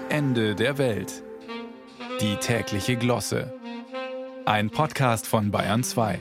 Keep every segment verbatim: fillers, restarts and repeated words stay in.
Ende der Welt. Die tägliche Glosse. Ein Podcast von Bayern zwei.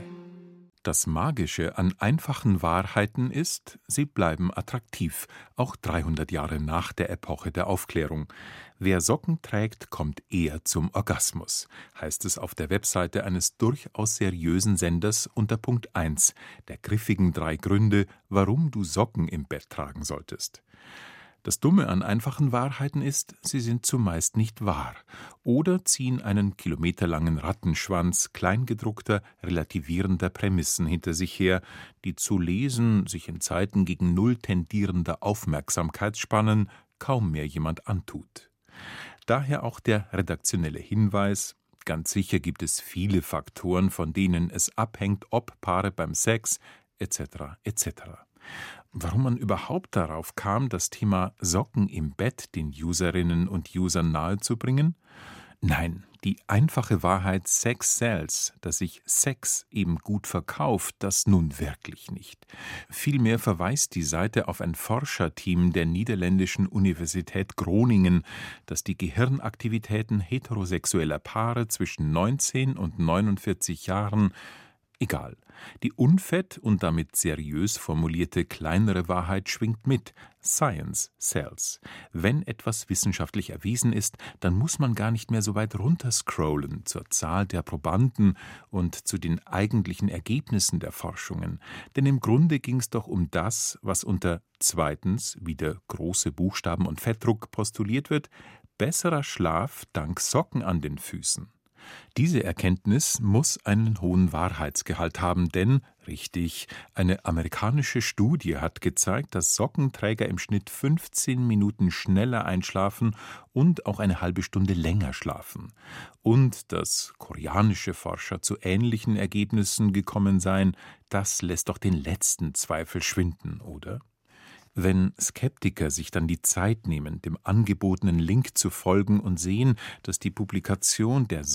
Das Magische an einfachen Wahrheiten ist, sie bleiben attraktiv, auch dreihundert Jahre nach der Epoche der Aufklärung. Wer Socken trägt, kommt eher zum Orgasmus, heißt es auf der Webseite eines durchaus seriösen Senders unter Punkt eins, der griffigen drei Gründe, warum du Socken im Bett tragen solltest. Das Dumme an einfachen Wahrheiten ist, sie sind zumeist nicht wahr oder ziehen einen kilometerlangen Rattenschwanz kleingedruckter, relativierender Prämissen hinter sich her, die zu lesen sich in Zeiten gegen Null tendierender Aufmerksamkeitsspannen kaum mehr jemand antut. Daher auch der redaktionelle Hinweis: Ganz sicher gibt es viele Faktoren, von denen es abhängt, ob Paare beim Sex et cetera et cetera. Warum man überhaupt darauf kam, das Thema Socken im Bett den Userinnen und Usern nahezubringen? Nein, die einfache Wahrheit Sex sells, dass sich Sex eben gut verkauft, das nun wirklich nicht. Vielmehr verweist die Seite auf ein Forscherteam der niederländischen Universität Groningen, das die Gehirnaktivitäten heterosexueller Paare zwischen neunzehn und neunundvierzig Jahren Egal. Die unfett und damit seriös formulierte kleinere Wahrheit schwingt mit. Science sells. Wenn etwas wissenschaftlich erwiesen ist, dann muss man gar nicht mehr so weit runterscrollen zur Zahl der Probanden und zu den eigentlichen Ergebnissen der Forschungen. Denn im Grunde ging es doch um das, was unter zweitens, wieder große Buchstaben und Fettdruck postuliert wird: besserer Schlaf dank Socken an den Füßen. Diese Erkenntnis muss einen hohen Wahrheitsgehalt haben, denn, richtig, eine amerikanische Studie hat gezeigt, dass Sockenträger im Schnitt fünfzehn Minuten schneller einschlafen und auch eine halbe Stunde länger schlafen. Und dass koreanische Forscher zu ähnlichen Ergebnissen gekommen seien, das lässt doch den letzten Zweifel schwinden, oder? Wenn Skeptiker sich dann die Zeit nehmen, dem angebotenen Link zu folgen und sehen, dass die Publikation der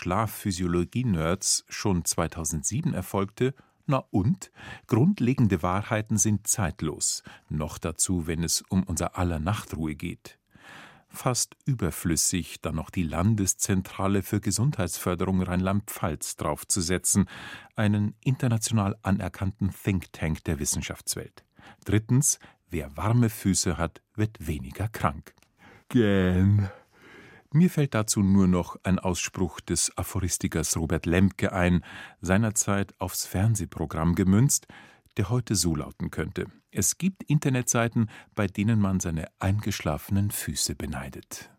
Socken-Schlafphysiologie-Nerds schon zweitausendsieben erfolgte, na und? Grundlegende Wahrheiten sind zeitlos, noch dazu, wenn es um unser aller Nachtruhe geht. Fast überflüssig, dann noch die Landeszentrale für Gesundheitsförderung Rheinland-Pfalz draufzusetzen, einen international anerkannten Think Tank der Wissenschaftswelt. Drittens: Wer warme Füße hat, wird weniger krank. Gähn. Mir fällt dazu nur noch ein Ausspruch des Aphoristikers Robert Lembke ein, seinerzeit aufs Fernsehprogramm gemünzt, der heute so lauten könnte: Es gibt Internetseiten, bei denen man seine eingeschlafenen Füße beneidet.